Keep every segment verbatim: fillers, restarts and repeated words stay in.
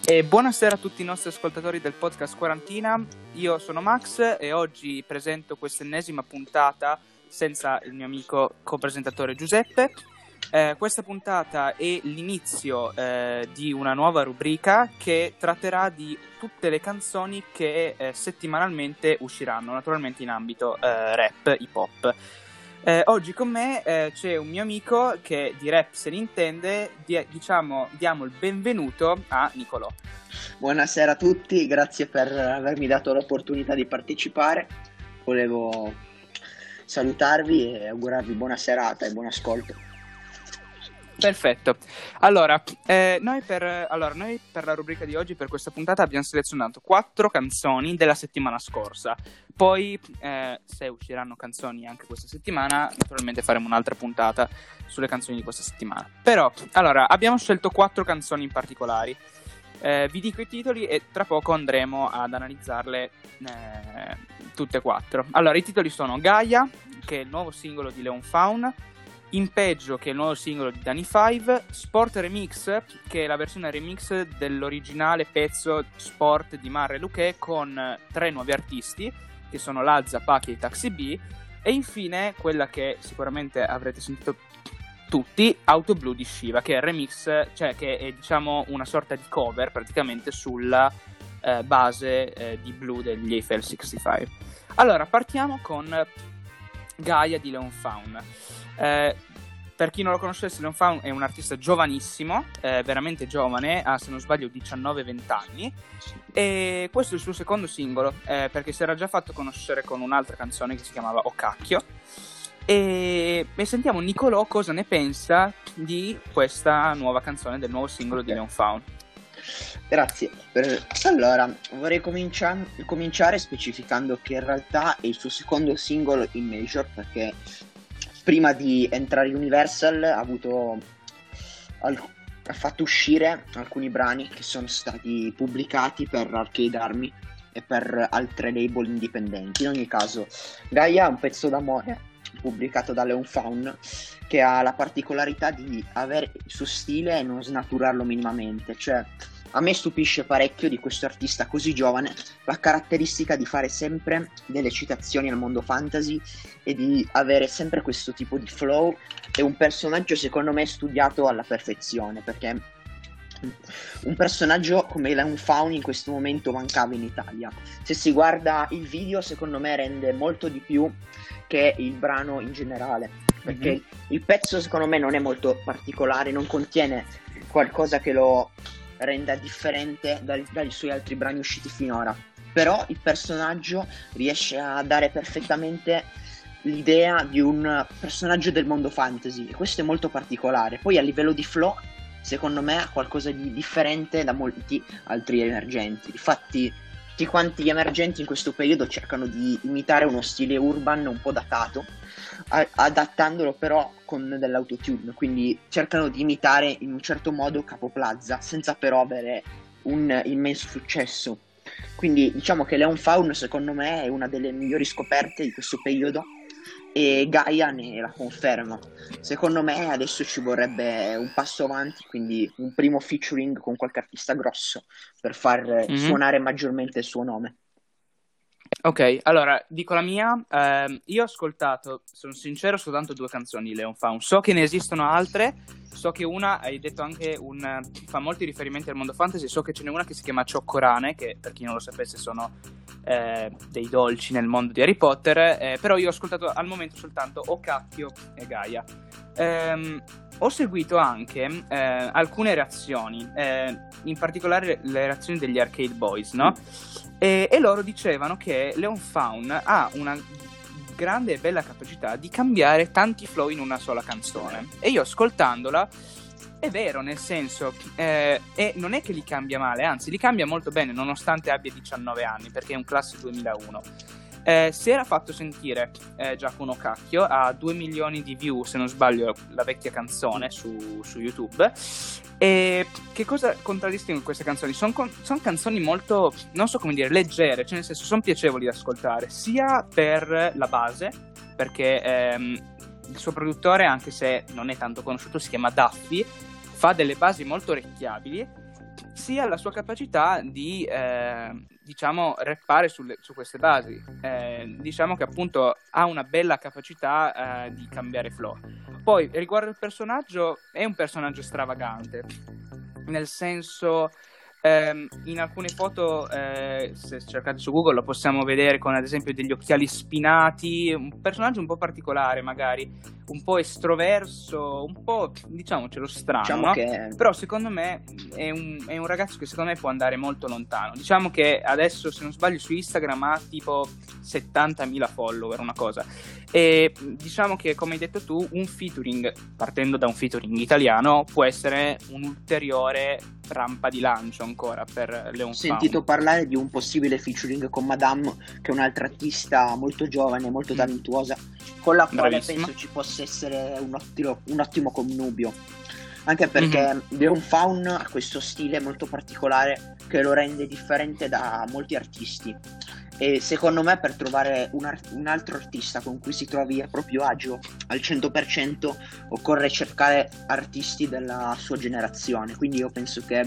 E buonasera a tutti i nostri ascoltatori del podcast Quarantina. Io sono Max e oggi presento quest'ennesima puntata senza il mio amico copresentatore Giuseppe. Eh, questa puntata è l'inizio eh, di una nuova rubrica che tratterà di tutte le canzoni che eh, settimanalmente usciranno, naturalmente in ambito eh, rap, hip hop. Eh, oggi con me eh, c'è un mio amico che di rap se ne intende, di, diciamo, diamo il benvenuto a Nicolò. Buonasera a tutti, grazie per avermi dato l'opportunità di partecipare. Volevo salutarvi e augurarvi buona serata e buon ascolto. Perfetto. Allora, eh, noi per, allora, noi per la rubrica di oggi, per questa puntata, abbiamo selezionato quattro canzoni della settimana scorsa. Poi, eh, se usciranno canzoni anche questa settimana, naturalmente faremo un'altra puntata sulle canzoni di questa settimana. Però, allora, abbiamo scelto quattro canzoni in particolari. Eh, vi dico i titoli e tra poco andremo ad analizzarle eh, tutte e quattro. Allora, i titoli sono Gaia, che è il nuovo singolo di Leon Faun, In Peggio, che è il nuovo singolo di Danny Five, Sport Remix, che è la versione remix dell'originale pezzo Sport di Marre Luque, con tre nuovi artisti, che sono Lazza, Paki e Taxi B, e infine quella che sicuramente avrete sentito tutti, Auto Blu di Shiva, che è il remix, cioè che è diciamo una sorta di cover praticamente sulla eh, base eh, di Blue degli Eiffel sessantacinque. Allora, partiamo con Gaia di Leon Faun. Eh, per chi non lo conoscesse, Leon Faun è un artista giovanissimo, eh, veramente giovane, ha se non sbaglio diciannove venti anni, e questo è il suo secondo singolo, eh, perché si era già fatto conoscere con un'altra canzone che si chiamava O Cacchio, e, e sentiamo Nicolò cosa ne pensa di questa nuova canzone, del nuovo singolo di Leon Faun. Grazie. Per... Allora, vorrei comincia... cominciare specificando che in realtà è il suo secondo singolo in major, perché prima di entrare in Universal ha avuto al... ha fatto uscire alcuni brani che sono stati pubblicati per Arcade Army e per altre label indipendenti. In ogni caso, Gaia è un pezzo d'amore pubblicato da Leon Faun che ha la particolarità di avere il suo stile e non snaturarlo minimamente. Cioè, a me stupisce parecchio di questo artista così giovane la caratteristica di fare sempre delle citazioni al mondo fantasy e di avere sempre questo tipo di flow. È un personaggio secondo me studiato alla perfezione, perché un personaggio come Leon Faun in questo momento mancava in Italia. Se si guarda il video, secondo me rende molto di più che il brano in generale, perché mm-hmm. il pezzo secondo me non è molto particolare, non contiene qualcosa che lo renda differente dai, dai suoi altri brani usciti finora, però il personaggio riesce a dare perfettamente l'idea di un personaggio del mondo fantasy, e questo è molto particolare. Poi a livello di flow secondo me ha qualcosa di differente da molti altri emergenti. Infatti tutti quanti gli emergenti in questo periodo cercano di imitare uno stile urban un po' datato, a- adattandolo però con dell'autotune, quindi cercano di imitare in un certo modo Capo Plaza senza però avere un immenso successo. Quindi diciamo che Leon Faun secondo me è una delle migliori scoperte di questo periodo e Gaia ne la conferma. Secondo me adesso ci vorrebbe un passo avanti, quindi un primo featuring con qualche artista grosso per far mm-hmm. suonare maggiormente il suo nome. Ok, allora dico la mia. Eh, io ho ascoltato, sono sincero, soltanto due canzoni di Leon Faun. So che ne esistono altre, so che una, hai detto anche, un fa molti riferimenti al mondo fantasy. So che ce n'è una che si chiama Cioccorane, che per chi non lo sapesse sono eh, dei dolci nel mondo di Harry Potter, eh, però io ho ascoltato al momento soltanto O Cacchio e Gaia. Eh, ho seguito anche eh, alcune reazioni, eh, in particolare le reazioni degli Arcade Boys, no? E, e loro dicevano che Leon Faun ha una grande e bella capacità di cambiare tanti flow in una sola canzone, e io ascoltandola è vero, nel senso eh, e non è che li cambia male, anzi li cambia molto bene nonostante abbia diciannove anni, perché è un classe duemilauno. Eh, si era fatto sentire eh, già con O Cacchio, a due milioni di view se non sbaglio la vecchia canzone su, su YouTube. E che cosa contraddistingue queste canzoni? Sono con- son canzoni molto, non so come dire, leggere, cioè nel senso sono piacevoli da ascoltare, sia per la base, perché ehm, il suo produttore, anche se non è tanto conosciuto, si chiama Daffy, fa delle basi molto orecchiabili, sia la sua capacità di, eh, diciamo, rappare sulle, su queste basi. Eh, diciamo che appunto ha una bella capacità eh, di cambiare flow. Poi, riguardo il personaggio, è un personaggio stravagante, nel senso... Eh, in alcune foto, eh, se cercate su Google, lo possiamo vedere con ad esempio degli occhiali spinati, un personaggio un po' particolare, magari un po' estroverso, un po', diciamocelo, strano, diciamo no? che... Però secondo me è un, è un ragazzo che secondo me può andare molto lontano. Diciamo che adesso, se non sbaglio, su Instagram ha tipo settantamila follower, una cosa. E diciamo che, come hai detto tu, un featuring, partendo da un featuring italiano, può essere un'ulteriore rampa di lancio ancora per Leon Ho sentito Faun. parlare di un possibile featuring con Madame, che è un'altra artista molto giovane, molto Mm. talentuosa, con la quale Bravissima. penso ci possa essere un ottimo, un ottimo connubio. Anche perché mm-hmm. Leon Faun ha questo stile molto particolare che lo rende differente da molti artisti. E secondo me, per trovare un, art- un altro artista con cui si trovi a proprio agio al cento per cento, occorre cercare artisti della sua generazione. Quindi io penso che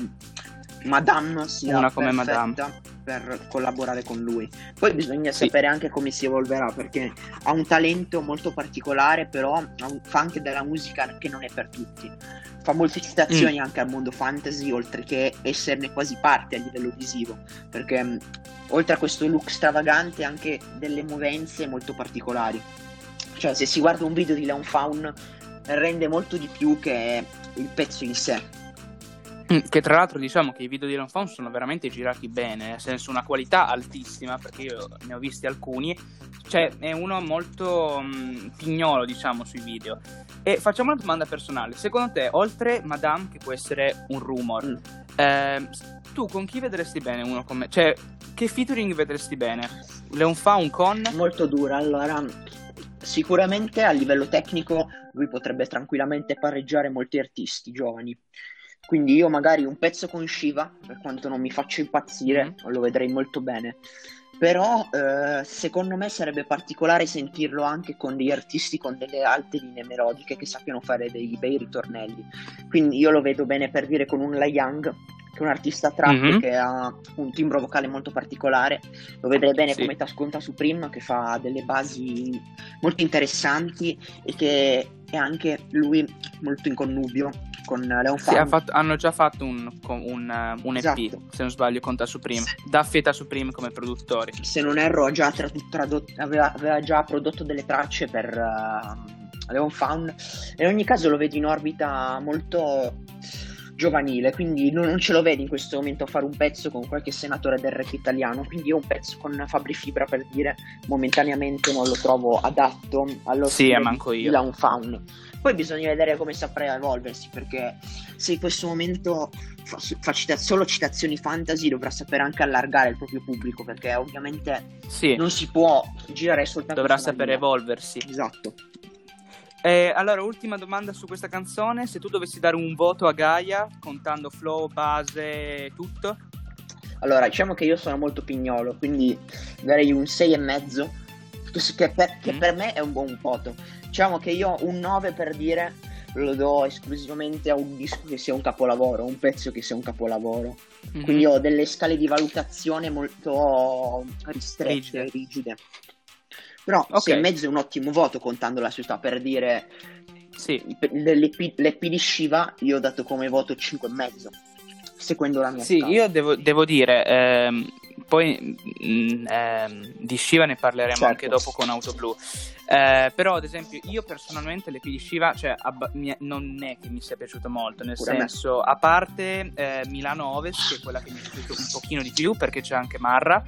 Madame sia Una come perfetta Madame. per collaborare con lui. Poi bisogna Sì. sapere anche come si evolverà, perché ha un talento molto particolare, però ha un- fa anche della musica che non è per tutti. Fa molte citazioni Mm. anche al mondo fantasy, oltre che esserne quasi parte a livello visivo, perché mh, oltre a questo look stravagante, anche delle movenze molto particolari. Cioè, se si guarda un video di Leon Faun, rende molto di più che il pezzo in sé. Mm, Che tra l'altro diciamo che i video di Leon Faun sono veramente girati bene, nel senso una qualità altissima, perché io ne ho visti alcuni. Cioè è uno molto mh, pignolo, diciamo, sui video. E facciamo una domanda personale: secondo te, oltre Madame, che può essere un rumor, Mm. ehm, tu con chi vedresti bene uno come... Cioè, che featuring vedresti bene? Leon Faun con... Molto dura. Allora, sicuramente a livello tecnico lui potrebbe tranquillamente pareggiare molti artisti giovani. Quindi io magari un pezzo con Shiva, per quanto non mi faccia impazzire, Mhm. lo vedrei molto bene. Però eh, secondo me sarebbe particolare sentirlo anche con degli artisti con delle alte linee melodiche che sappiano fare dei bei ritornelli. Quindi io lo vedo bene, per dire, con un La Young, che è un artista trap Mhm. che ha un timbro vocale molto particolare. Lo vedrei bene Sì. come Tasconta Supreme, che fa delle basi molto interessanti e che è anche lui molto in connubio con Leon Sì, ha Faun. fatto- hanno già fatto un, con- un, eh, un E P, Esatto. se non sbaglio, con Ta Supreme. Sì. Daffy e Ta Supreme come produttori. Se non erro, ha già tradu- tradotto- aveva, aveva già prodotto delle tracce per uh, Leon Faun. In ogni caso lo vedo in orbita molto giovanile, quindi non, non ce lo vedi in questo momento a fare un pezzo con qualche senatore del rap italiano. Quindi io un pezzo con Fabri Fibra, per dire, momentaneamente non lo trovo adatto allo Sì, stile eh, manco di io. Leon Faun. Poi bisogna vedere come saprà evolversi, perché se in questo momento fa, fa cita- solo citazioni fantasy, dovrà sapere anche allargare il proprio pubblico, perché ovviamente Sì, non si può girare soltanto dovrà su una sapere linea. evolversi. Esatto. Eh, allora, ultima domanda su questa canzone: se tu dovessi dare un voto a Gaia, contando flow, base, tutto? Allora, diciamo che io sono molto pignolo, quindi darei un sei e mezzo, che per, che Mm. per me è un buon voto. Diciamo che io un nove, per dire, lo do esclusivamente a un disco che sia un capolavoro, un pezzo che sia un capolavoro. Mhm. Quindi ho delle scale di valutazione molto ristrette, Rigide. rigide. Però Ok. sei e mezzo è un ottimo voto, contando la città, per dire. Sì. L'E P, l'E P di Shiva io ho dato come voto cinque e mezzo, seguendo la mia Sì, scala. io devo, devo dire, ehm, poi mm, ehm, di Shiva ne parleremo Certo. anche dopo con Auto Blu. Eh, però, ad esempio, io personalmente l'E P di Shiva, cioè, abba- mi- non è che mi sia piaciuto molto, nel Pure a me. senso, a parte eh, Milano Ovest, che è quella che mi è piaciuta un pochino di più, perché c'è anche Marra,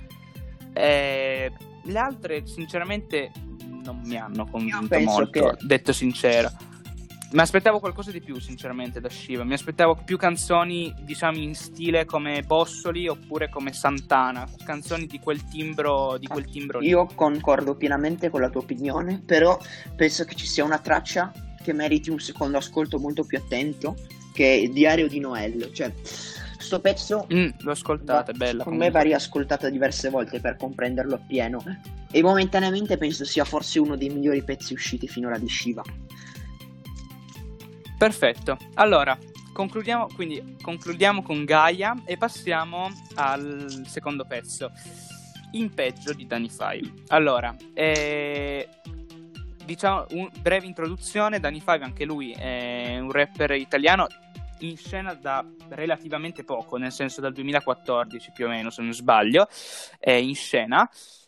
eh, le altre, sinceramente, non mi hanno convinto penso molto, che- detto sincero. Mi aspettavo qualcosa di più, sinceramente, da Shiva. Mi aspettavo più canzoni, diciamo, in stile come Bossoli oppure come Santana, canzoni di quel timbro, di quel timbro lì. Io concordo pienamente con la tua opinione, però penso che ci sia una traccia che meriti un secondo ascolto molto più attento, che è Diario di Noel. Cioè, sto pezzo Mm, l'ho ascoltata, è bella. con me va comunque. riascoltata diverse volte per comprenderlo appieno, e momentaneamente penso sia forse uno dei migliori pezzi usciti finora di Shiva. Perfetto. Allora, concludiamo, quindi concludiamo con Gaia e passiamo al secondo pezzo, In peggio di Danny Five. Allora, eh, diciamo un breve introduzione. Danny Five, anche lui è un rapper italiano in scena da relativamente poco, nel senso dal duemilaquattordici più o meno, se non sbaglio, è in scena.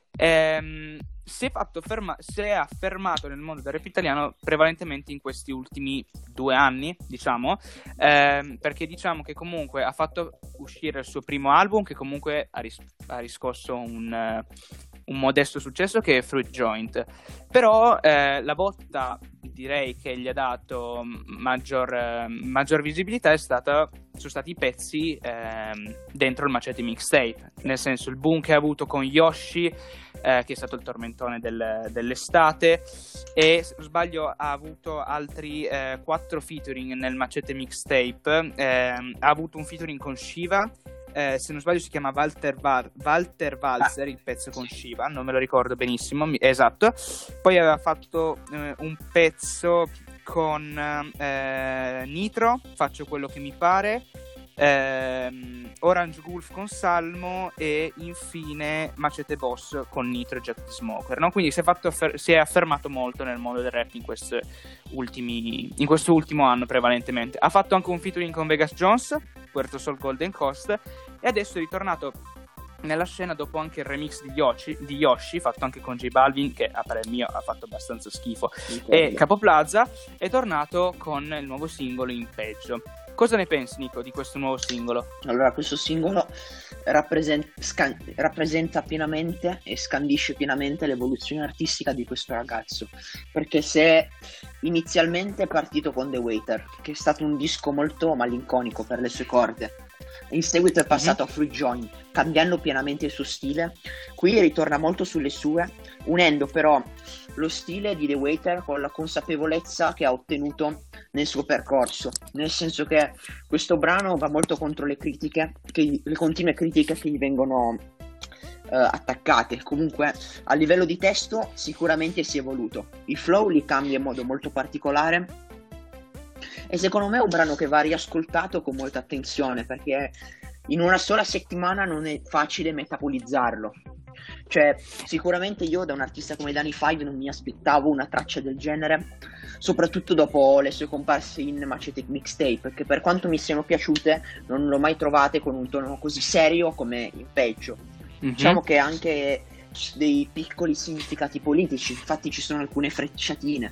Ehm, si è fatto ferma- si è affermato nel mondo del rap italiano prevalentemente in questi ultimi due anni, diciamo, ehm, perché diciamo che comunque ha fatto uscire il suo primo album, che comunque ha, ris- ha riscosso un, uh, un modesto successo, che è Fruit Joint. Però eh, la botta, direi, che gli ha dato maggior, eh, maggior visibilità è stata sono stati i pezzi ehm, dentro il Machete Mixtape, nel senso il boom che ha avuto con Yoshi, eh, che è stato il tormentone del, dell'estate, e se non sbaglio ha avuto altri eh, quattro featuring nel Machete Mixtape. Eh, ha avuto un featuring con Shiva, eh, se non sbaglio si chiama Walter, Val- Walter Walzer, il pezzo con Shiva, non me lo ricordo benissimo, mi- esatto. Poi aveva fatto eh, un pezzo con eh, Nitro, Faccio quello che mi pare, ehm, Orange Wolf con Salmo e infine Machete Boss con Nitro e Jack the Smoker, no? Quindi si è, fatto affer- si è affermato molto nel mondo del rap in, queste ultimi, in questo ultimo anno prevalentemente. Ha fatto anche un featuring con Vegas Jones, Puerto Sol Golden Coast, e adesso è ritornato nella scena dopo anche il remix di Yoshi, di Yoshi fatto anche con J Balvin, che a parer mio ha fatto abbastanza schifo, e Capo Plaza è tornato con il nuovo singolo In peggio. Cosa ne pensi, Nico, di questo nuovo singolo? Allora, questo singolo rappresenta, scan- rappresenta pienamente e scandisce pienamente l'evoluzione artistica di questo ragazzo, perché se inizialmente è partito con The Waiter, che è stato un disco molto malinconico per le sue corde, in seguito è passato mm-hmm. a Fruit Joint, cambiando pienamente il suo stile. Qui ritorna molto sulle sue, unendo però lo stile di The Waiter con la consapevolezza che ha ottenuto nel suo percorso, nel senso che questo brano va molto contro le critiche, che, le continue critiche che gli vengono eh, attaccate. Comunque a livello di testo sicuramente si è evoluto, il flow li cambia in modo molto particolare, e secondo me è un brano che va riascoltato con molta attenzione, perché in una sola settimana non è facile metabolizzarlo. Cioè, sicuramente io da un artista come Danny Five non mi aspettavo una traccia del genere, soprattutto dopo le sue comparse in Machete Mixtape, che per quanto mi siano piaciute non l'ho mai trovate con un tono così serio come In peggio. Mm-hmm. Diciamo che anche dei piccoli significati politici, infatti ci sono alcune frecciatine,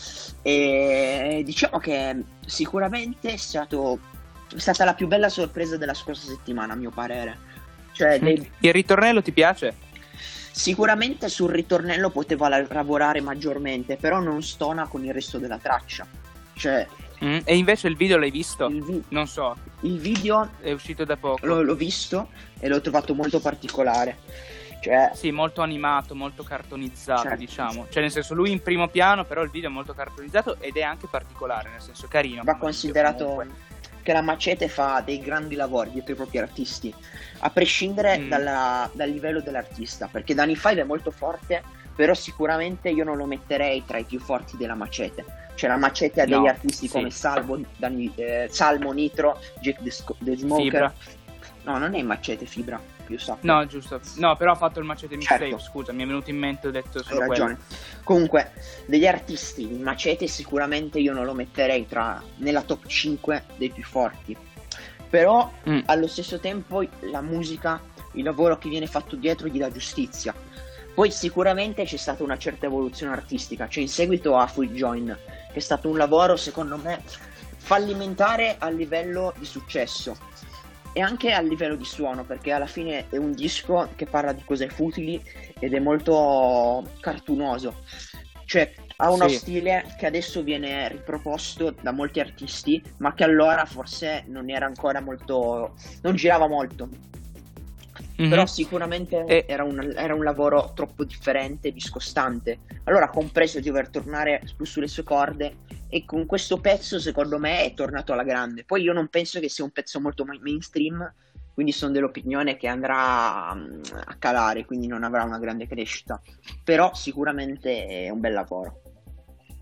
e diciamo che sicuramente è stato è stata la più bella sorpresa della scorsa settimana, a mio parere. Cioè, dei... Il ritornello ti piace? Sicuramente sul ritornello poteva la- lavorare maggiormente, però non stona con il resto della traccia. Cioè, mm, e invece il video l'hai visto? Il vi- non so. Il video è uscito da poco. L'ho, l'ho visto e l'ho trovato molto particolare. Cioè, sì, molto animato, molto cartonizzato, certo. diciamo. Cioè, nel senso, lui in primo piano, però il video è molto cartonizzato ed è anche particolare, nel senso carino. Va considerato che la Machete fa dei grandi lavori dietro i propri artisti, a prescindere mm. dalla, dal livello dell'artista, perché Danny Five è molto forte, però sicuramente io non lo metterei tra i più forti della Machete. Cioè la Machete ha degli no, artisti sì. come Salvo, Danny, eh, Salmo, Nitro, Jack the, Sc- the Smoker. Fibra. No, non è Machete, Fibra, più sappio. No, giusto. No, però ha fatto il Machete Mixtape, certo. Scusa, mi è venuto in mente, ho detto solo Hai ragione. quello. Comunque, degli artisti, il Machete sicuramente io non lo metterei tra nella top cinque dei più forti. Però, mm. allo stesso tempo, la musica, il lavoro che viene fatto dietro gli dà giustizia. Poi sicuramente c'è stata una certa evoluzione artistica, cioè in seguito a Fruit Joint, che è stato un lavoro, secondo me, fallimentare a livello di successo e anche a livello di suono, perché alla fine è un disco che parla di cose futili ed è molto cartunoso, cioè ha uno sì. stile che adesso viene riproposto da molti artisti, ma che allora forse non era ancora molto, non girava molto. Mm-hmm. Però sicuramente e... era, un, era un lavoro troppo differente, discostante. Allora ha compreso di dover tornare più sulle sue corde, e con questo pezzo secondo me è tornato alla grande. Poi io non penso che sia un pezzo molto mainstream, quindi sono dell'opinione che andrà a calare, quindi non avrà una grande crescita, però sicuramente è un bel lavoro.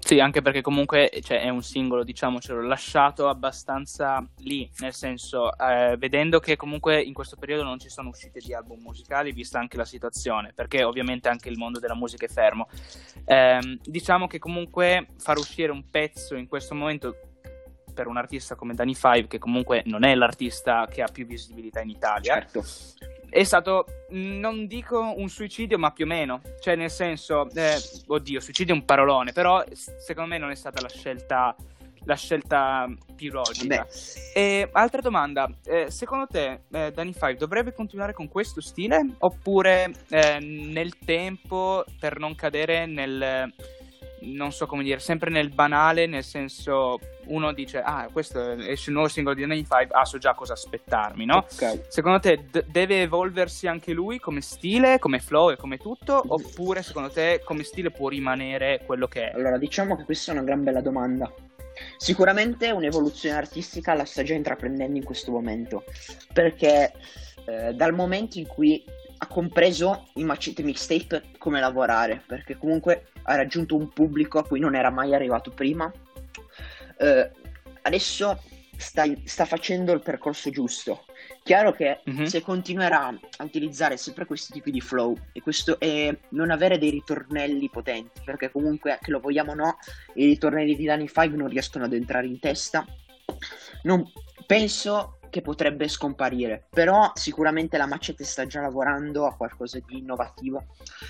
Sì, anche perché comunque cioè, è un singolo, diciamocelo, lasciato abbastanza lì, nel senso, eh, vedendo che comunque in questo periodo non ci sono uscite di album musicali, vista anche la situazione, perché ovviamente anche il mondo della musica è fermo. Eh, diciamo che comunque far uscire un pezzo in questo momento per un artista come Danny Five, che comunque non è l'artista che ha più visibilità in Italia, certo, è stato, non dico un suicidio, ma più o meno, cioè nel senso, eh, oddio, suicidio è un parolone, però secondo me non è stata la scelta la scelta più logica. Beh. E altra domanda, eh, secondo te eh, Danny Five dovrebbe continuare con questo stile oppure eh, nel tempo, per non cadere nel, non so come dire, sempre nel banale, nel senso uno dice ah questo esce il nuovo singolo di Danny Five, ah so già cosa aspettarmi, no? Okay. Secondo te d- deve evolversi anche lui come stile, come flow e come tutto, oppure secondo te come stile può rimanere quello che è? Allora, diciamo che questa è una gran bella domanda. Sicuramente un'evoluzione artistica la sta già intraprendendo in questo momento, perché eh, dal momento in cui ha compreso in Machete Mixtape come lavorare, perché comunque ha raggiunto un pubblico a cui non era mai arrivato prima, eh, adesso sta, sta facendo il percorso giusto. Chiaro che mm-hmm. se continuerà a utilizzare sempre questi tipi di flow e, questo, e non avere dei ritornelli potenti, perché comunque che lo vogliamo o no, i ritornelli di Danny Five non riescono ad entrare in testa, non penso che potrebbe scomparire, però sicuramente la Machete sta già lavorando a qualcosa di innovativo.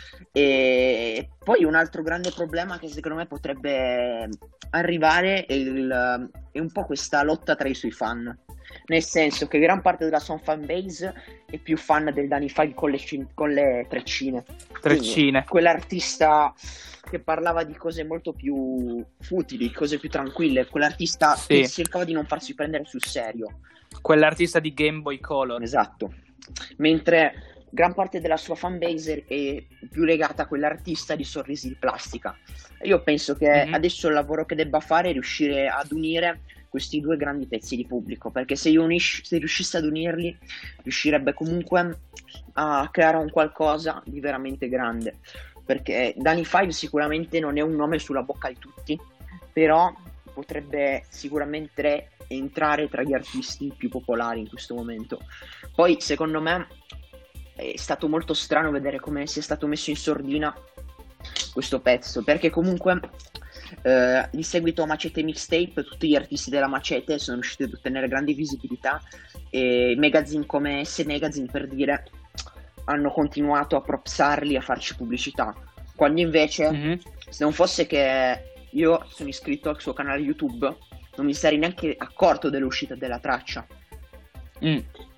E poi un altro grande problema che secondo me potrebbe arrivare è, il, è un po' questa lotta tra i suoi fan, nel senso che gran parte della sua fan base è più fan del Danny Five con le, con le treccine treccine Quindi, quell'artista che parlava di cose molto più futili, cose più tranquille, quell'artista sì. che cercava di non farsi prendere sul serio, quell'artista di Game Boy Color. Esatto. Mentre gran parte della sua fanbase è più legata a quell'artista di sorrisi di plastica. Io penso che mm-hmm. adesso il lavoro che debba fare è riuscire ad unire questi due grandi pezzi di pubblico, perché se, unisci, se riuscisse ad unirli riuscirebbe comunque a creare un qualcosa di veramente grande, perché Danny Five sicuramente non è un nome sulla bocca di tutti, però potrebbe sicuramente entrare tra gli artisti più popolari in questo momento. Poi secondo me è stato molto strano vedere come sia stato messo in sordina questo pezzo, perché comunque eh, di seguito a Machete Mixtape tutti gli artisti della Machete sono riusciti ad ottenere grande visibilità e magazine come S Magazine, per dire, hanno continuato a propsarli, a farci pubblicità, quando invece mm-hmm. se non fosse che io sono iscritto al suo canale YouTube non mi sarei neanche accorto dell'uscita della traccia. Mm.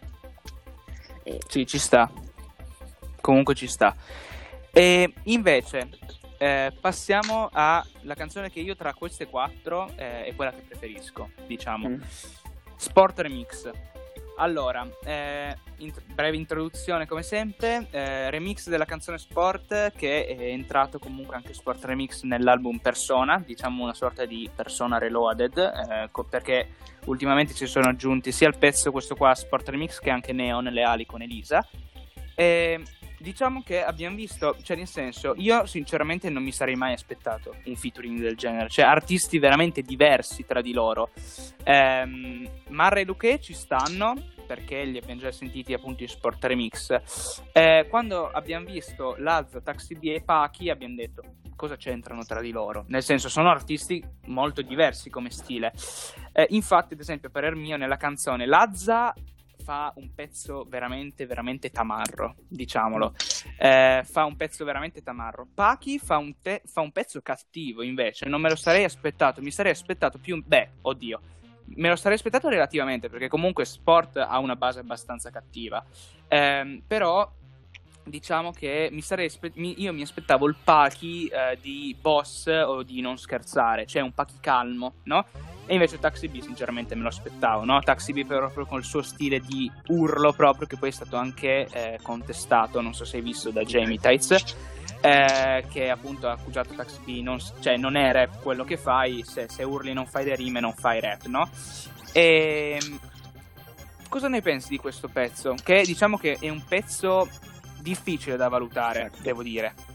E... Sì, ci sta. Comunque ci sta. E invece eh, passiamo alla canzone che io tra queste quattro eh, è quella che preferisco, diciamo. Mm. Sport Remix. Allora, eh, int- breve introduzione come sempre, eh, remix della canzone Sport, che è entrato comunque anche Sport Remix nell'album Persona, diciamo una sorta di Persona Reloaded, eh, co- perché ultimamente ci sono aggiunti sia il pezzo questo qua Sport Remix che anche Neo nelle ali con Elisa. E diciamo che abbiamo visto, cioè nel senso, io sinceramente non mi sarei mai aspettato un featuring del genere, cioè artisti veramente diversi tra di loro. ehm, Marra e Luque ci stanno perché li abbiamo già sentiti appunto in Sport Remix. Eh, quando abbiamo visto Lazza, Taxi B e Pachi abbiamo detto cosa c'entrano tra di loro, nel senso sono artisti molto diversi come stile. Eh, infatti ad esempio per Ermio nella canzone Lazza fa un pezzo veramente veramente tamarro, diciamolo, eh, fa un pezzo veramente tamarro. Pachi fa un, te- fa un pezzo cattivo, invece non me lo sarei aspettato, mi sarei aspettato più, beh, oddio, me lo sarei aspettato relativamente, perché comunque Sport ha una base abbastanza cattiva, eh, però diciamo che mi sarei aspe- mi- io mi aspettavo il Pachi eh, di Boss o di Non Scherzare, cioè un Pachi calmo, no? E invece Taxi B sinceramente me lo aspettavo, no? Taxi B proprio con il suo stile di urlo proprio, che poi è stato anche eh, contestato, non so se hai visto, da Jamie Tights, eh, che appunto ha accusato Taxi B, non, cioè non è rap quello che fai, se, se urli non fai le rime non fai rap, no? E cosa ne pensi di questo pezzo? Che diciamo che è un pezzo difficile da valutare, devo dire.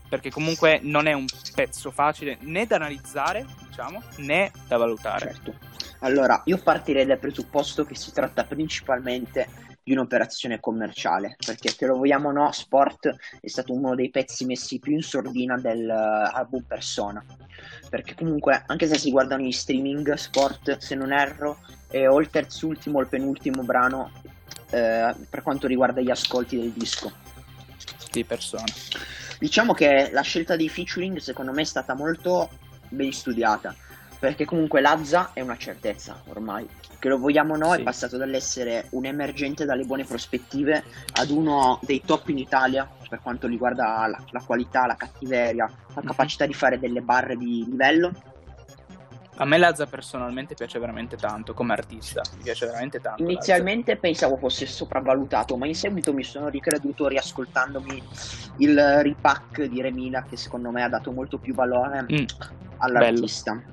perché comunque non è un pezzo facile né da analizzare, diciamo, né da valutare. Certo. Allora, io partirei dal presupposto che si tratta principalmente di un'operazione commerciale, perché che lo vogliamo o no, Sport è stato uno dei pezzi messi più in sordina dell'album Persona, perché comunque anche se si guardano gli streaming, Sport, se non erro, è o il terzultimo o il penultimo brano eh, per quanto riguarda gli ascolti del disco di Persona. Diciamo che la scelta dei featuring secondo me è stata molto ben studiata, perché comunque Lazza è una certezza ormai, che lo vogliamo o no, sì. È passato dall'essere un emergente dalle buone prospettive ad uno dei top in Italia per quanto riguarda la, la qualità, la cattiveria, la capacità mm-hmm. di fare delle barre di livello. A me Lazza personalmente piace veramente tanto come artista, mi piace veramente tanto. Inizialmente Lazza. Pensavo fosse sopravvalutato, ma in seguito mi sono ricreduto riascoltandomi il repack di Remida, che secondo me ha dato molto più valore mm, all'artista. Bello.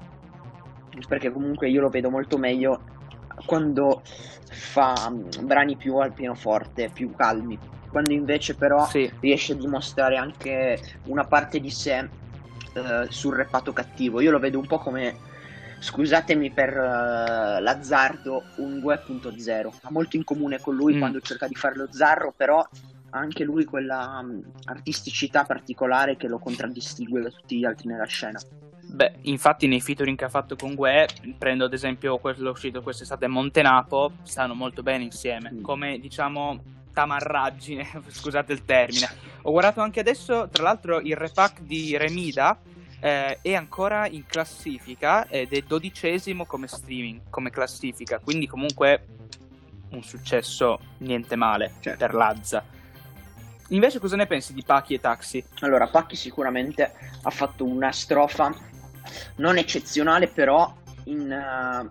Perché comunque io lo vedo molto meglio quando fa brani più al pianoforte, più calmi, quando invece però sì. riesce a dimostrare anche una parte di sé Uh, sul repato cattivo. Io lo vedo un po' come, scusatemi per uh, l'azzardo, un due punto zero. Ha molto in comune con lui mm. quando cerca di fare lo zarro, però ha anche lui quella um, artisticità particolare che lo contraddistingue da tutti gli altri nella scena. Beh, infatti nei featuring che ha fatto con Gue, prendo ad esempio quello uscito quest'estate, Montenapo, stanno molto bene insieme, mm. come diciamo tamarraggine, scusate il termine. Ho guardato anche adesso, tra l'altro, il repack di Remida eh, è ancora in classifica ed è dodicesimo come streaming, come classifica, quindi comunque un successo niente male certo. per Lazza. Invece cosa ne pensi di Pachi e Taxi? Allora, Pachi sicuramente ha fatto una strofa non eccezionale, però in... Uh,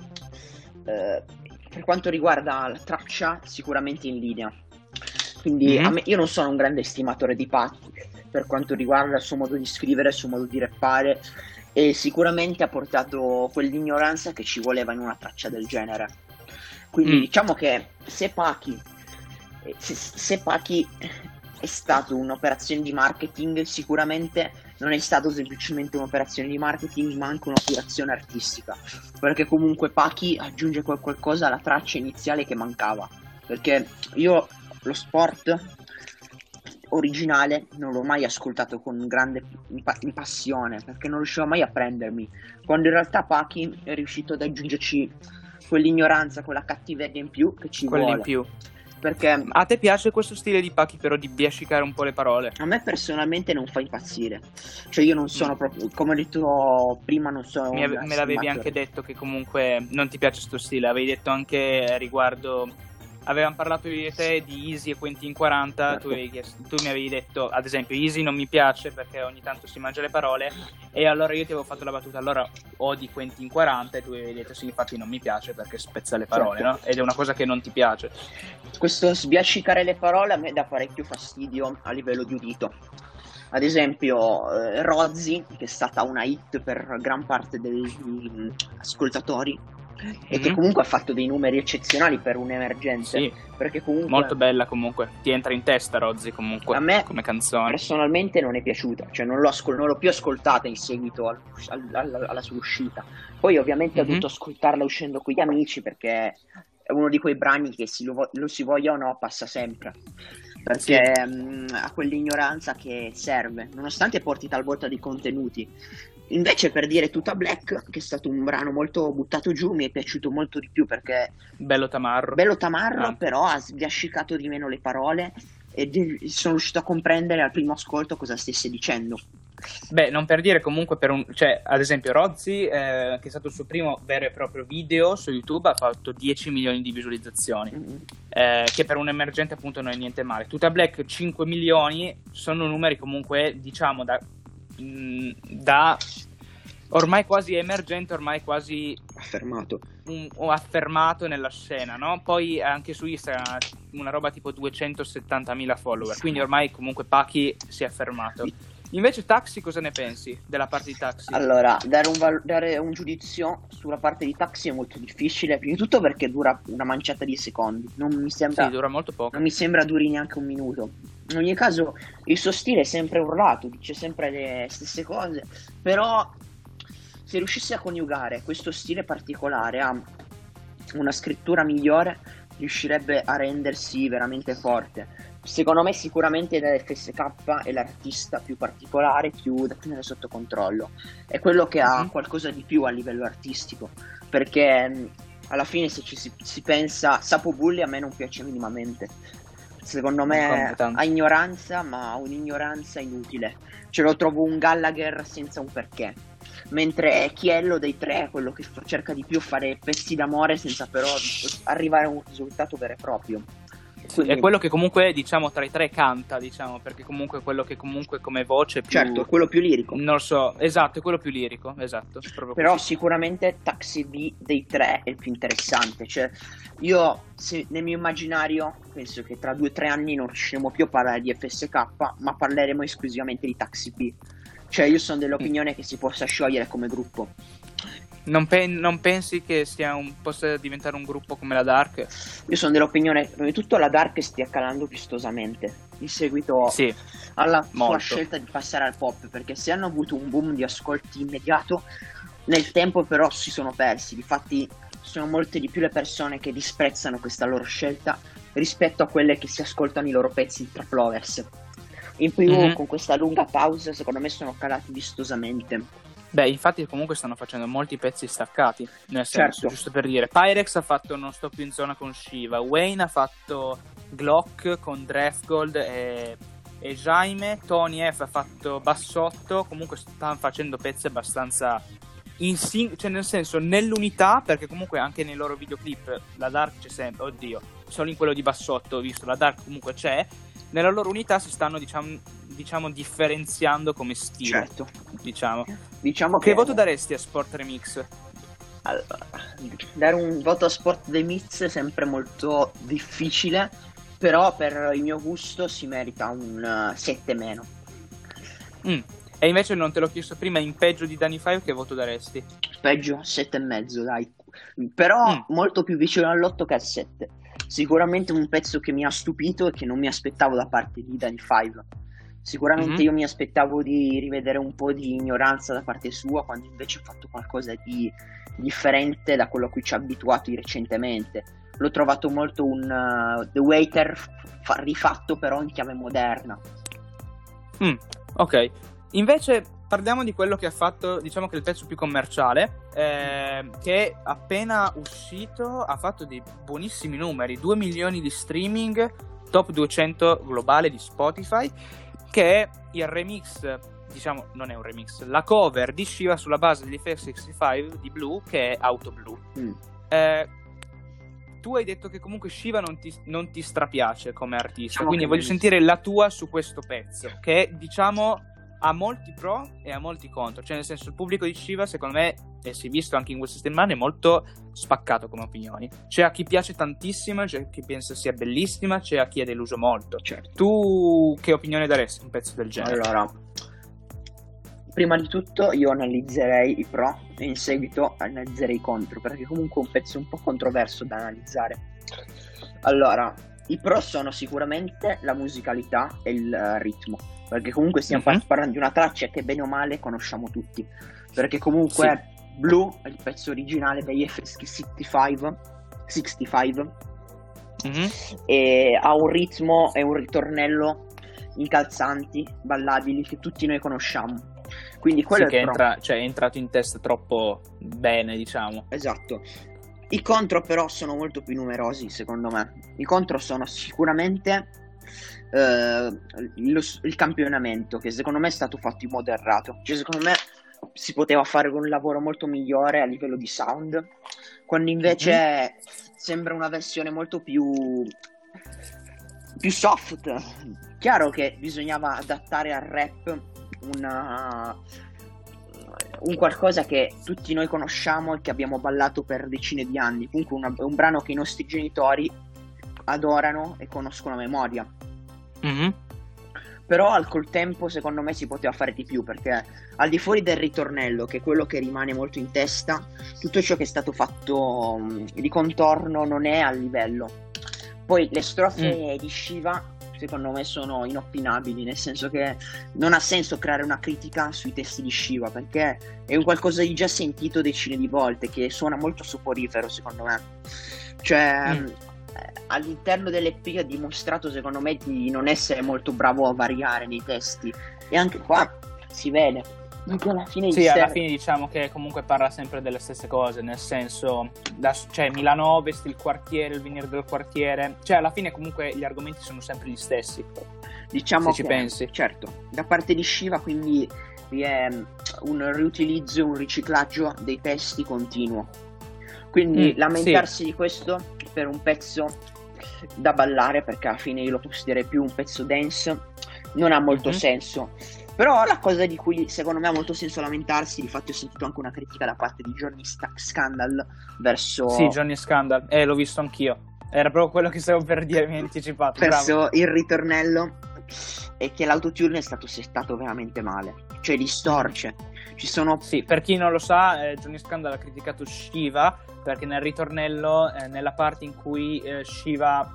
uh, per quanto riguarda la traccia, sicuramente in linea. Quindi mm-hmm. a me, io non sono un grande estimatore di Pachi per quanto riguarda il suo modo di scrivere, il suo modo di rappare, e sicuramente ha portato quell'ignoranza che ci voleva in una traccia del genere. Quindi mm. diciamo che se Pachi se, se Pachi è stato un'operazione di marketing, sicuramente non è stato semplicemente un'operazione di marketing, ma anche un'operazione artistica, perché comunque Pachi aggiunge qualcosa alla traccia iniziale che mancava, perché io lo Sport originale non l'ho mai ascoltato con grande passione, perché non riuscivo mai a prendermi, quando in realtà Pachi è riuscito ad aggiungerci quell'ignoranza, quella cattiveria in più che ci Quelli vuole. in più. Perché a te piace questo stile di Pachi, però di biascicare un po' le parole? A me personalmente non fa impazzire. Cioè io non sono proprio, come ho detto prima, non sono Mi ave- me l'avevi anche detto che comunque non ti piace questo stile. Avevi detto anche riguardo, avevamo parlato io e te di Easy e Quentin quaranta, certo. tu, avevi chiesto, tu mi avevi detto ad esempio Easy non mi piace perché ogni tanto si mangia le parole, e allora io ti avevo fatto la battuta, allora odi Quentin quaranta, e tu avevi detto sì, infatti non mi piace perché spezza le parole, certo. no? Ed è una cosa che non ti piace. Questo sbiascicare le parole a me dà parecchio fastidio a livello di udito. Ad esempio eh, Rozzi, che è stata una hit per gran parte degli ascoltatori, e mm-hmm. che comunque ha fatto dei numeri eccezionali per un emergente, sì, perché comunque molto bella, comunque ti entra in testa Rozzi comunque a me come canzone. Personalmente non è piaciuta, cioè non l'ho, ascol- non l'ho più ascoltata in seguito al, al, al, alla sua uscita. Poi ovviamente mm-hmm. ho dovuto ascoltarla uscendo con gli amici, perché è uno di quei brani che si lo, lo si voglia o no passa sempre, perché sì. mh, ha quell'ignoranza che serve, nonostante porti talvolta dei contenuti. Invece, per dire Tuta Black, che è stato un brano molto buttato giù, mi è piaciuto molto di più, perché bello tamarro, bello tamarro ah. però ha sbiascicato di meno le parole e sono riuscito a comprendere al primo ascolto cosa stesse dicendo. Beh, non per dire comunque per un, cioè ad esempio Rozzi, eh, che è stato il suo primo vero e proprio video su YouTube, ha fatto dieci milioni di visualizzazioni, mm-hmm. eh, che per un emergente appunto non è niente male. Tuta Black cinque milioni, sono numeri comunque diciamo da da ormai quasi emergente, ormai quasi affermato un, o affermato nella scena, no? Poi anche su Instagram una roba tipo duecentosettantamila follower, quindi ormai comunque Pachi si è affermato. Invece Taxi, cosa ne pensi della parte di Taxi? Allora, dare un, val- dare un giudizio sulla parte di Taxi è molto difficile, prima di tutto perché dura una manciata di secondi, non mi sembra, sì, dura molto poco, non mi sembra duri neanche un minuto. In ogni caso il suo stile è sempre urlato, dice sempre le stesse cose, però se riuscisse a coniugare questo stile particolare a una scrittura migliore, riuscirebbe a rendersi veramente forte. Secondo me sicuramente l'F S K è l'artista più particolare, più da tenere sotto controllo. È quello che ha Mhm. qualcosa di più a livello artistico, perché mh, alla fine se ci si, si pensa, Sapo Bulli a me non piace minimamente. Secondo me ha ignoranza, ma un'ignoranza inutile. Ce lo trovo un Gallagher senza un perché. Mentre Chiello dei tre è quello che fa- cerca di più fare pezzi d'amore senza però arrivare a un risultato vero e proprio. Sì, è quello che comunque, diciamo, tra i tre canta, diciamo, perché comunque è quello che comunque come voce più... Certo, è quello più lirico. Non lo so, esatto, è quello più lirico, esatto. Proprio Però così. sicuramente Taxi B dei tre è il più interessante. Cioè, io se, nel mio immaginario penso che tra due o tre anni non riusciremo più a parlare di F S K, ma parleremo esclusivamente di Taxi B. Cioè, io sono dell'opinione che si possa sciogliere come gruppo. Non, pen- non pensi che sia un, possa diventare un gruppo come la Dark? Io sono dell'opinione che prima di tutto la Dark stia calando vistosamente in seguito Sì, alla molto. sua scelta di passare al pop, perché se hanno avuto un boom di ascolti immediato, nel tempo però si sono persi. Difatti sono molte di più le persone che disprezzano questa loro scelta rispetto a quelle che si ascoltano i loro pezzi di Trap Lovers. In più, Mhm. con questa lunga pausa, secondo me sono calati vistosamente. Beh, infatti comunque stanno facendo molti pezzi staccati, nel senso, Certo. giusto per dire, Pyrex ha fatto Non sto più in zona con Shiva, Wayne ha fatto Glock con Draftgold e, e Jaime, Tony F ha fatto Bassotto, comunque stanno facendo pezzi abbastanza in sing- cioè nel senso nell'unità, perché comunque anche nei loro videoclip la Dark c'è sempre, oddio, solo in quello di Bassotto ho visto, la Dark comunque c'è, nella loro unità si stanno diciamo, diciamo differenziando come stile, Certo. diciamo. Diciamo Che che voto daresti a Sport Remix? allora, dare un voto a Sport The Mix è sempre molto difficile, però per il mio gusto si merita un sette meno. Mm. E invece non te l'ho chiesto prima, in peggio di Danny Five che voto daresti? Peggio sette e mezzo, dai. Però Mm. molto più vicino all'otto che al sette. Sicuramente un pezzo che mi ha stupito e che non mi aspettavo da parte di Danny Five. Sicuramente Mhm. io mi aspettavo di rivedere un po' di ignoranza da parte sua, quando invece ha fatto qualcosa di differente da quello a cui ci ha abituato recentemente. L'ho trovato molto un uh, The Waiter fa- rifatto però in chiave moderna. Mm. Ok, invece parliamo di quello che ha fatto, diciamo che è il pezzo più commerciale, eh, che appena uscito ha fatto dei buonissimi numeri, due milioni di streaming, top duecento globale di Spotify, che è il remix, diciamo non è un remix, la cover di Shiva sulla base degli F sessantacinque di Blue, che è Auto Blue. Mm. Eh, tu hai detto che comunque Shiva non ti, non ti strapiace come artista, Diciamo quindi che voglio non- sentire la tua su questo pezzo, che diciamo ha molti pro e ha molti contro, cioè nel senso il pubblico di Shiva secondo me, e si è visto anche in queste settimane, è molto spaccato come opinioni. C'è a chi piace tantissimo, c'è a chi pensa sia bellissima, c'è a chi è deluso molto. Certo. Tu che opinione daresti a un pezzo del genere? Allora, prima di tutto io analizzerei i pro e in seguito analizzerei i contro, perché comunque è un pezzo un po' controverso da analizzare. Allora, i pro sono sicuramente la musicalità e il uh, ritmo, perché comunque stiamo Mhm. parlando di una traccia che bene o male conosciamo tutti, perché comunque Blue è il pezzo originale degli F sessantacinque, sessantacinque Mhm. e ha un ritmo e un ritornello incalzanti, ballabili, che tutti noi conosciamo. Quindi quello Sì, è che il è, pro. entra- cioè, è entrato in testa troppo bene, diciamo. Esatto. I contro però sono molto più numerosi, secondo me. I contro sono sicuramente eh, lo- il campionamento, che secondo me è stato fatto in modo errato. Cioè, secondo me si poteva fare un lavoro molto migliore a livello di sound, quando invece sembra una versione molto più più soft. Chiaro che bisognava adattare al rap una un qualcosa che tutti noi conosciamo e che abbiamo ballato per decine di anni. Comunque una- un brano che i nostri genitori adorano e conoscono a memoria. Mhm. Però al col tempo secondo me si poteva fare di più, perché al di fuori del ritornello, che è quello che rimane molto in testa, tutto ciò che è stato fatto mh, di contorno non è a livello. Poi le strofe di Shiva secondo me sono inopinabili, nel senso che non ha senso creare una critica sui testi di Shiva, perché è un qualcosa di già sentito decine di volte, che suona molto soporifero secondo me. Cioè mm. all'interno dell'E P ha dimostrato secondo me di non essere molto bravo a variare nei testi, e anche qua si vede. Alla fine sì, alla fine diciamo che comunque parla sempre delle stesse cose, nel senso, da, cioè Milano Ovest, il quartiere, il venire del quartiere, cioè alla fine comunque gli argomenti sono sempre gli stessi, diciamo, se che, ci pensi. Certo, da parte di Shiva quindi vi è un riutilizzo, un riciclaggio dei testi continuo, quindi mm, lamentarsi sì. di questo per un pezzo da ballare, perché alla fine io lo considererei più un pezzo dance, non ha molto mm-hmm. senso. Però la cosa di cui secondo me ha molto senso lamentarsi, difatti ho sentito anche una critica da parte di Johnny St- Scandal verso... Sì, Johnny Scandal, eh, l'ho visto anch'io. Era proprio quello che stavo per dire, mi hai anticipato. Verso bravo. Il ritornello, è che l'autotune è stato settato veramente male. Cioè distorce. Ci sono... Sì, per chi non lo sa, eh, Johnny Scandal ha criticato Shiva, perché nel ritornello, eh, nella parte in cui eh, Shiva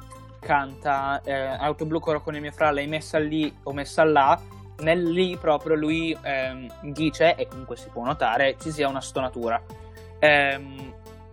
canta eh, Auto blu coro con il mio fra, l'hai messa lì o messa là, nel lì proprio lui ehm, dice, e comunque si può notare, ci sia una stonatura. Ehm,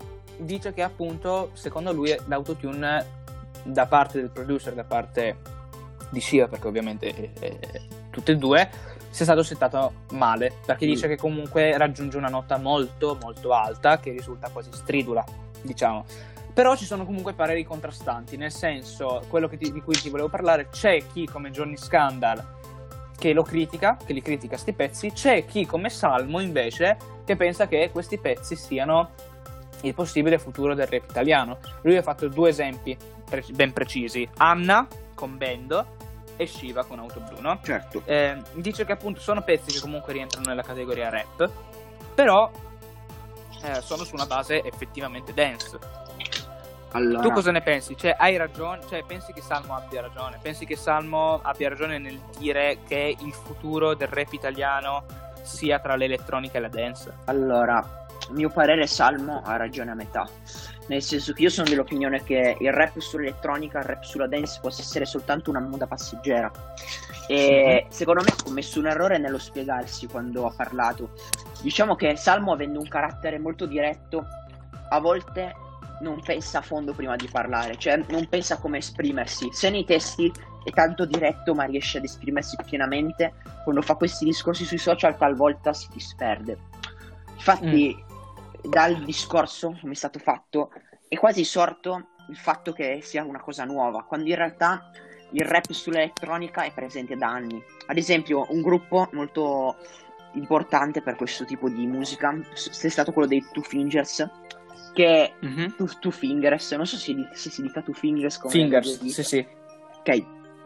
dice che appunto secondo lui l'autotune da parte del producer, da parte di Shiva, perché ovviamente eh, eh, tutte e due, sia stato settato male, perché mm. dice che comunque raggiunge una nota molto molto alta che risulta quasi stridula, diciamo. Però ci sono comunque pareri contrastanti, nel senso, quello che ti, di cui ti volevo parlare, c'è chi come Johnny Scandal che lo critica, che li critica sti pezzi, c'è chi come Salmo invece che pensa che questi pezzi siano il possibile futuro del rap italiano. Lui ha fatto due esempi pre- ben precisi: Anna con Bendo e Shiva con Auto blu, no? Certo. Eh, dice che appunto sono pezzi che comunque rientrano nella categoria rap, però eh, sono su una base effettivamente dance. Allora. Tu cosa ne pensi? Cioè, hai ragione? Cioè, pensi che Salmo abbia ragione? Pensi che Salmo abbia ragione nel dire che il futuro del rap italiano sia tra l'elettronica e la dance? Allora, a mio parere Salmo ha ragione a metà. Nel senso che io sono dell'opinione che il rap sull'elettronica, il rap sulla dance possa essere soltanto una moda passeggera. E sì. Secondo me ha commesso un errore nello spiegarsi quando ha parlato. Diciamo che Salmo, avendo un carattere molto diretto, a volte non pensa a fondo prima di parlare, cioè non pensa come esprimersi. Se nei testi è tanto diretto ma riesce ad esprimersi pienamente, quando fa questi discorsi sui social talvolta si disperde. Infatti mm. dal discorso, come è stato fatto, è quasi sorto il fatto che sia una cosa nuova, quando in realtà il rap sull'elettronica è presente da anni. Ad esempio, un gruppo molto importante per questo tipo di musica è stato quello dei Two Fingers, che mm-hmm. two, two Fingers, non so se, se si dica Two Fingers come Fingers, sì sì. Ok.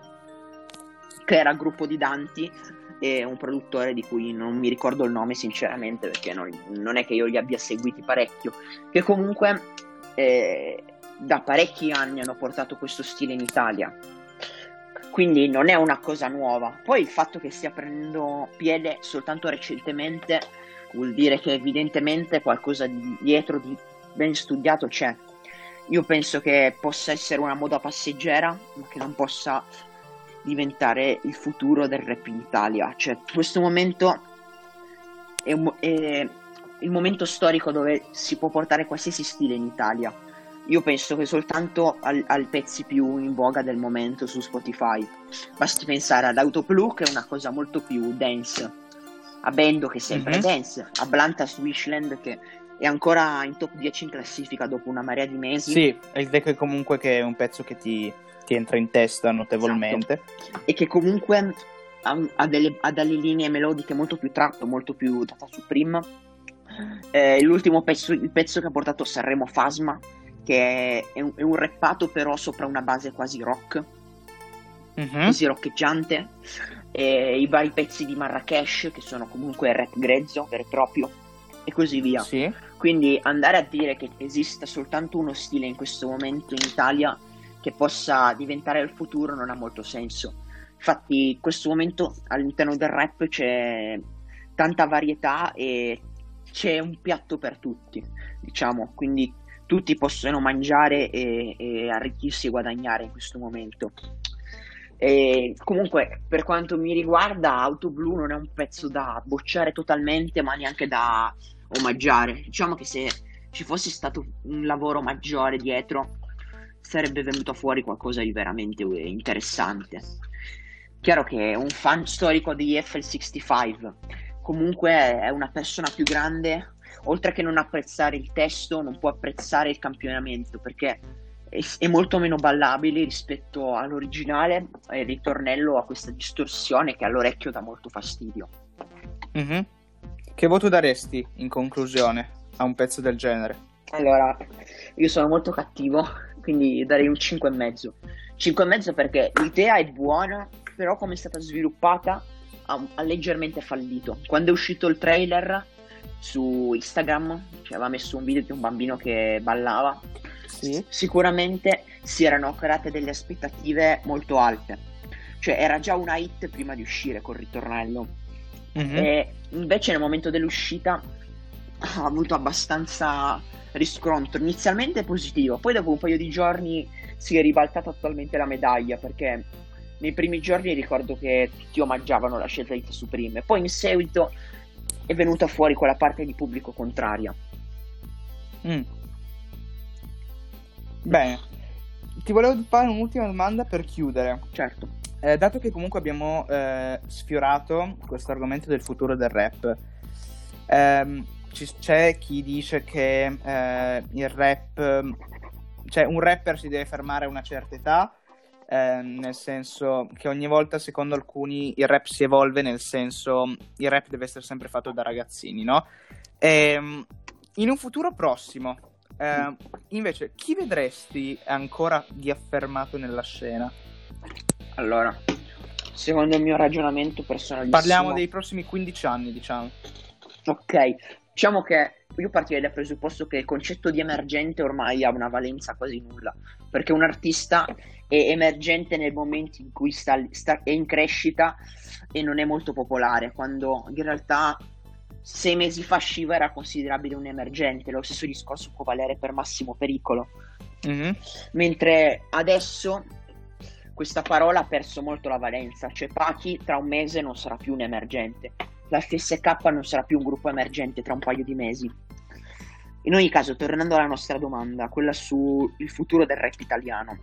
Che era il gruppo di Danti e un produttore di cui non mi ricordo il nome sinceramente, perché non, non è che io li abbia seguiti parecchio, che comunque eh, da parecchi anni hanno portato questo stile in Italia, quindi non è una cosa nuova. Poi il fatto che stia prendendo piede soltanto recentemente vuol dire che evidentemente qualcosa di dietro di ben studiato c'è. Io penso che possa essere una moda passeggera, ma che non possa diventare il futuro del rap in Italia. Cioè, questo momento è, un, è il momento storico dove si può portare qualsiasi stile in Italia. Io penso che soltanto al, al pezzi più in voga del momento su Spotify. Basti pensare ad Auto blu, che è una cosa molto più dance, a Bendo, che è sempre mm-hmm. dance, a Blantas Wishland, che è ancora in top dieci in classifica dopo una marea di mesi. Sì, ed è che comunque che è un pezzo che ti, ti entra in testa notevolmente. Esatto. E che comunque ha, ha, delle, ha delle linee melodiche molto più trap, molto più data su Prim. Eh, l'ultimo pezzo, il pezzo che ha portato a Sanremo, Fasma, che è un, è un rappato però sopra una base quasi rock, mm-hmm. così roccheggiante. E i vari pezzi di Marrakesh, che sono comunque rap grezzo, vero e proprio, e così via. Sì. Quindi andare a dire che esista soltanto uno stile in questo momento in Italia che possa diventare il futuro non ha molto senso. Infatti in questo momento all'interno del rap c'è tanta varietà e c'è un piatto per tutti, diciamo, quindi tutti possono mangiare e, e arricchirsi e guadagnare in questo momento. E comunque, per quanto mi riguarda, Auto Blu non è un pezzo da bocciare totalmente, ma neanche da omaggiare. Diciamo che se ci fosse stato un lavoro maggiore dietro, sarebbe venuto fuori qualcosa di veramente interessante. Chiaro che un fan storico di F L sessantacinque comunque è una persona più grande, oltre che non apprezzare il testo, non può apprezzare il campionamento, perché è, è molto meno ballabile rispetto all'originale, e il ritornello ha questa distorsione che all'orecchio dà molto fastidio. Mm-hmm. Che voto daresti, in conclusione, a un pezzo del genere? Allora, io sono molto cattivo, quindi darei un cinque e mezzo. cinque e mezzo perché l'idea è buona, però come è stata sviluppata ha, ha leggermente fallito. Quando è uscito il trailer su Instagram, che aveva messo un video di un bambino che ballava, sì. Sicuramente si erano create delle aspettative molto alte. Cioè era già una hit prima di uscire col ritornello. Mm-hmm. E invece nel momento dell'uscita ha avuto abbastanza riscontro, inizialmente positivo, poi dopo un paio di giorni si è ribaltata totalmente la medaglia, perché nei primi giorni ricordo che tutti omaggiavano la scelta di The Supreme, poi in seguito è venuta fuori quella parte di pubblico contraria. Mm. Bene, ti volevo fare un'ultima domanda per chiudere. Certo. Eh, dato che comunque abbiamo eh, sfiorato questo argomento del futuro del rap, ehm, ci, c'è chi dice che eh, il rap, cioè un rapper si deve fermare a una certa età, eh, nel senso che ogni volta, secondo alcuni, il rap si evolve, nel senso il rap deve essere sempre fatto da ragazzini, no? E, in un futuro prossimo, eh, invece, chi vedresti ancora di affermato nella scena? Allora, secondo il mio ragionamento personalissimo, parliamo dei prossimi quindici anni, diciamo. Ok, diciamo che io partirei dal presupposto che il concetto di emergente ormai ha una valenza quasi nulla, perché un artista è emergente nel momento in cui sta, sta, è in crescita e non è molto popolare, quando in realtà sei mesi fa Shiva era considerabile un emergente. Lo stesso discorso può valere per Massimo Pericolo. Mm-hmm. Mentre adesso questa parola ha perso molto la valenza, cioè Pachi tra un mese non sarà più un emergente, la F S K non sarà più un gruppo emergente tra un paio di mesi. In ogni caso, tornando alla nostra domanda, quella sul futuro del rap italiano,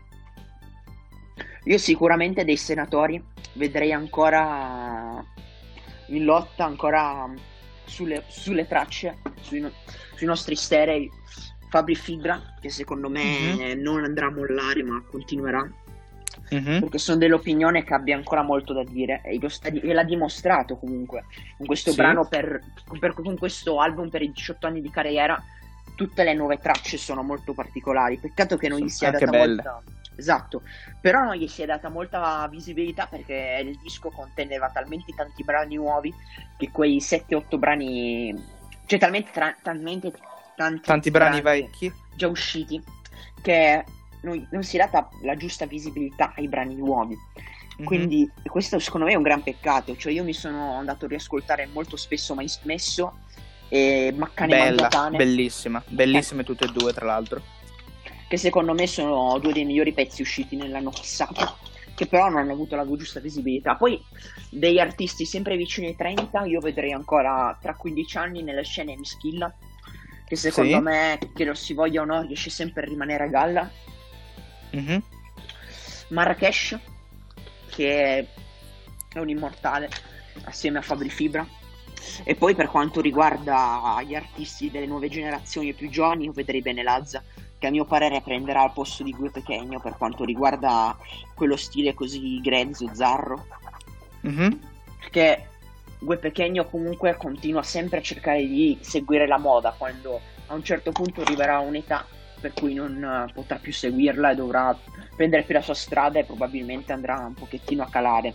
io sicuramente dei senatori vedrei ancora in lotta, ancora sulle, sulle tracce, sui, sui nostri sterei, Fabri Fibra, che secondo me mm-hmm. non andrà a mollare ma continuerà. Mm-hmm. Perché sono dell'opinione che abbia ancora molto da dire e, lo sta, e l'ha dimostrato comunque con questo sì. brano per, per, con questo album per i diciotto anni di carriera. Tutte le nuove tracce sono molto particolari, peccato che non gli sia data belle. molta esatto, però non gli si è data molta visibilità, perché il disco conteneva talmente tanti brani nuovi che quei sette otto brani, cioè talmente, tra, talmente tanti, tanti brani, brani vecchi già usciti che non, non si è data la giusta visibilità ai brani nuovi. Mm-hmm. Quindi questo secondo me è un gran peccato. Cioè io mi sono andato a riascoltare molto spesso Mai Smesso e Maccane Bella, Mangiatane, bellissima, bellissime eh. tutte e due tra l'altro, che secondo me sono due dei migliori pezzi usciti nell'anno passato, che però non hanno avuto la giusta visibilità. Poi degli artisti sempre vicini ai trenta io vedrei ancora tra quindici anni nelle scene Mischilla, che secondo sì. me, che lo si voglia o no, riesce sempre a rimanere a galla. Mm-hmm. Marrakesh, che è un immortale assieme a Fabri Fibra. E poi per quanto riguarda gli artisti delle nuove generazioni e più giovani, io vedrei bene Lazza, che a mio parere prenderà il posto di Gue Pequeno per quanto riguarda quello stile così grezzo, zarro. Mm-hmm. Perché Gue Pequeno comunque continua sempre a cercare di seguire la moda, quando a un certo punto arriverà un'età per cui non potrà più seguirla e dovrà prendere più la sua strada e probabilmente andrà un pochettino a calare.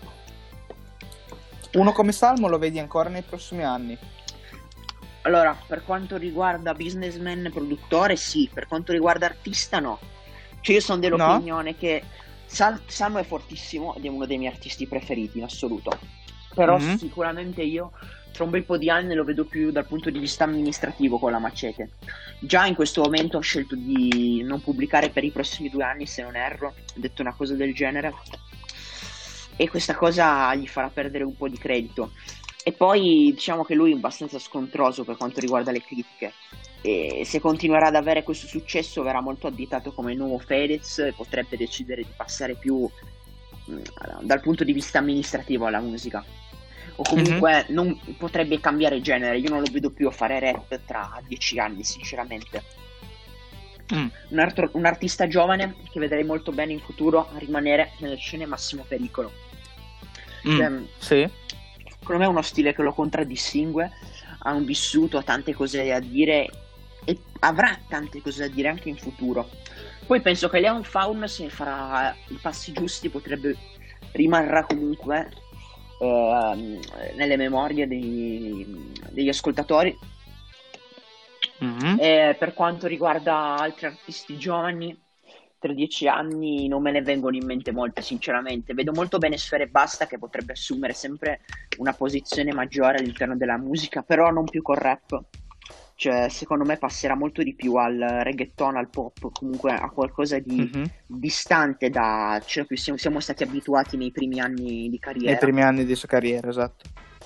Uno come Salmo lo vedi ancora nei prossimi anni? Allora, per quanto riguarda businessman, produttore, sì. Per quanto riguarda artista, no. Cioè io sono dell'opinione no? che Sal- Salmo è fortissimo ed è uno dei miei artisti preferiti in assoluto. Però mm-hmm. sicuramente io tra un bel po' di anni lo vedo più dal punto di vista amministrativo con la Macete. Già in questo momento ho scelto di non pubblicare per i prossimi due anni, se non erro, ho detto una cosa del genere. e questa cosa gli farà perdere un po' di credito. E poi diciamo che lui è abbastanza scontroso per quanto riguarda le critiche, e se continuerà ad avere questo successo verrà molto additato come il nuovo Fedez e potrebbe decidere di passare più mh, dal punto di vista amministrativo alla musica, o comunque mm-hmm. non potrebbe cambiare genere. Io non lo vedo più a fare rap tra dieci anni, sinceramente. Mm. Un, art- un artista giovane che vedrei molto bene in futuro a rimanere nelle scene Massimo Pericolo. Mm. Cioè, sì. Secondo me è uno stile che lo contraddistingue, ha un vissuto, ha tante cose da dire e avrà tante cose da dire anche in futuro. Poi penso che Leon Faun, se farà i passi giusti, potrebbe rimarrà comunque eh, nelle memorie dei, degli ascoltatori. Mm-hmm. E per quanto riguarda altri artisti giovani, tra dieci anni non me ne vengono in mente molte, sinceramente. Vedo molto bene Sfera Ebbasta, che potrebbe assumere sempre una posizione maggiore all'interno della musica, però non più col rap. Cioè, secondo me passerà molto di più al reggaeton, al pop, comunque a qualcosa di mm-hmm. distante da ciò che siamo, siamo stati abituati nei primi anni di carriera. Nei primi anni di sua carriera, esatto.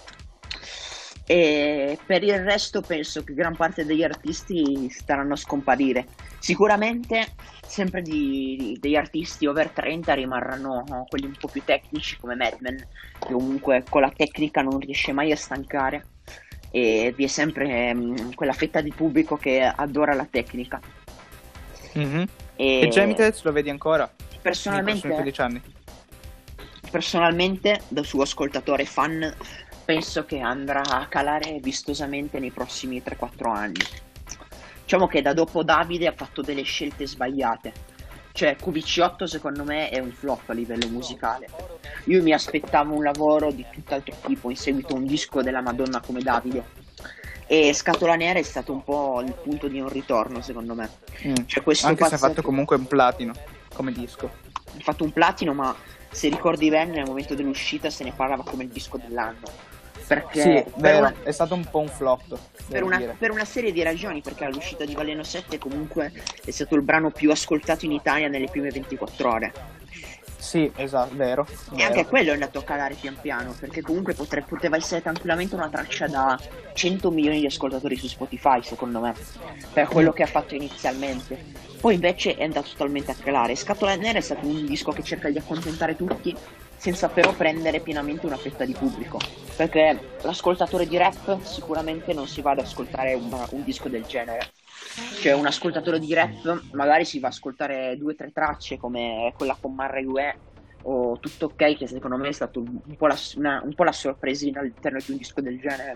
E per il resto penso che gran parte degli artisti staranno a scomparire. Sicuramente sempre di, degli artisti over trenta rimarranno quelli un po' più tecnici come Madman, che comunque con la tecnica non riesce mai a stancare, e vi è sempre um, quella fetta di pubblico che adora la tecnica. Mm-hmm. E, e Gemitez lo vedi ancora? Personalmente, nei prossimi anni? Personalmente, da suo ascoltatore fan, penso che andrà a calare vistosamente nei prossimi tre quattro anni. Diciamo che da dopo Davide ha fatto delle scelte sbagliate. Cioè Q V C otto secondo me è un flop a livello musicale. Io mi aspettavo un lavoro di tutt'altro tipo, in seguito a un disco della Madonna come Davide, e Scatola Nera è stato un po' il punto di un ritorno secondo me. Mm. Cioè, questo anche se ha fatto comunque un platino come disco. Ha fatto un platino, ma se ricordi bene nel momento dell'uscita se ne parlava come il disco dell'anno. Perché sì, vero, una, è stato un po' un flop per una, per una serie di ragioni, perché all'uscita di Veleno sette comunque è stato il brano più ascoltato in Italia nelle prime ventiquattro ore. Sì, esatto, vero. E vero. Anche quello è andato a calare pian piano, perché comunque potre, poteva essere tranquillamente una traccia da cento milioni di ascoltatori su Spotify, secondo me, per quello che ha fatto inizialmente. Poi invece è andato totalmente a calare. Scatola Nera è stato un disco che cerca di accontentare tutti, senza però prendere pienamente una fetta di pubblico, perché l'ascoltatore di rap sicuramente non si va ad ascoltare un, un disco del genere. Cioè un ascoltatore di rap magari si va ad ascoltare due o tre tracce come quella con Marre Ue o Tutto Ok, che secondo me è stato un po' la, una, un po' la sorpresina all'interno di un disco del genere.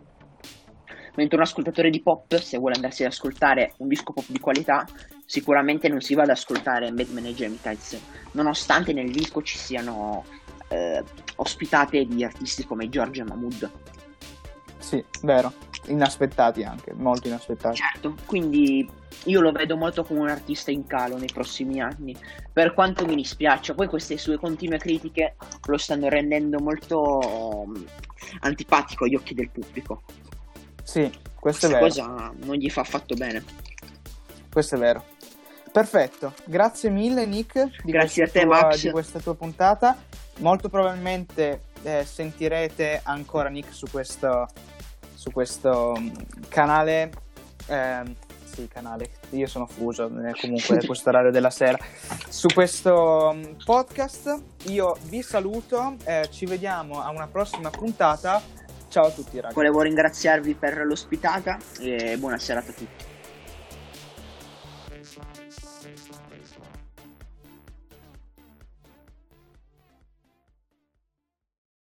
Mentre un ascoltatore di pop, se vuole andarsi ad ascoltare un disco pop di qualità, sicuramente non si va ad ascoltare Madman e Gemitez, nonostante nel disco ci siano eh, ospitate di artisti come Giorgio e Mahmood. Sì, vero, inaspettati anche, molto inaspettati. Certo, quindi io lo vedo molto come un artista in calo nei prossimi anni, per quanto mi dispiaccia. Poi queste sue continue critiche lo stanno rendendo molto um, antipatico agli occhi del pubblico. Sì, questo Questa è vero. cosa non gli fa affatto bene. Questo è vero. Perfetto, grazie mille Nick di, grazie a te, tua, Max. di questa tua puntata. Molto probabilmente eh, sentirete ancora Nick su questo, su questo canale. Eh, sì, canale, io sono fuso eh, comunque questo orario della sera. Su questo um, podcast io vi saluto, eh, ci vediamo a una prossima puntata. Ciao a tutti ragazzi. Volevo ringraziarvi per l'ospitata e buona serata a tutti.